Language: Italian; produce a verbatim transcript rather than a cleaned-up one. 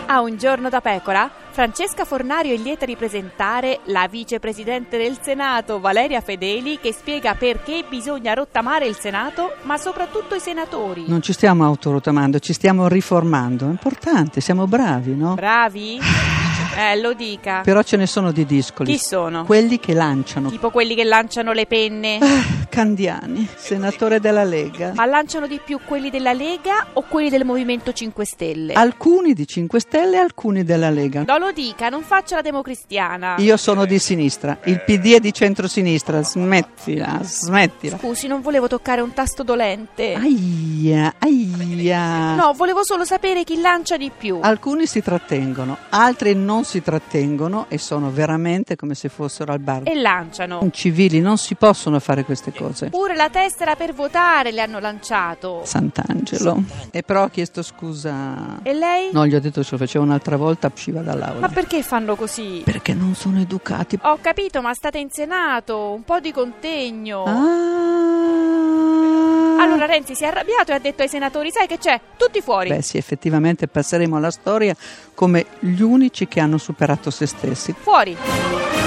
A Un giorno da pecora, Francesca Fornario è lieta di presentare la vicepresidente del Senato, Valeria Fedeli, che spiega perché bisogna rottamare il Senato, ma soprattutto i senatori. Non ci stiamo autorottamando, ci stiamo riformando. È importante, siamo bravi, no? Bravi? Eh, lo dica. Però ce ne sono di discoli. Chi sono? Quelli che lanciano. Tipo quelli che lanciano le penne? Ah, Candiani, senatore della Lega. Ma lanciano di più quelli della Lega o quelli del Movimento cinque Stelle? Alcuni di cinque Stelle e alcuni della Lega. No, lo dica, non faccia la democristiana. Io sono di sinistra, il P D è di centrosinistra, smettila, smettila. Scusi, non volevo toccare un tasto dolente. Aia, aia. No, volevo solo sapere chi lancia di più. Alcuni si trattengono, altri non si trattengono e sono veramente come se fossero al bar. E lanciano. I civili non si possono fare queste cose. Pure la tessera per votare le hanno lanciato. Sant'Angelo. E però ha chiesto scusa. E lei? No, gli ho detto se lo faceva un'altra volta usciva dall'aula. Ma perché fanno così? Perché non sono educati. Ho capito, ma state in Senato, un po' di contegno. Ah. Allora Renzi si è arrabbiato e ha detto ai senatori: sai che c'è? Tutti fuori. Beh sì, effettivamente passeremo alla storia come gli unici che hanno superato se stessi. Fuori.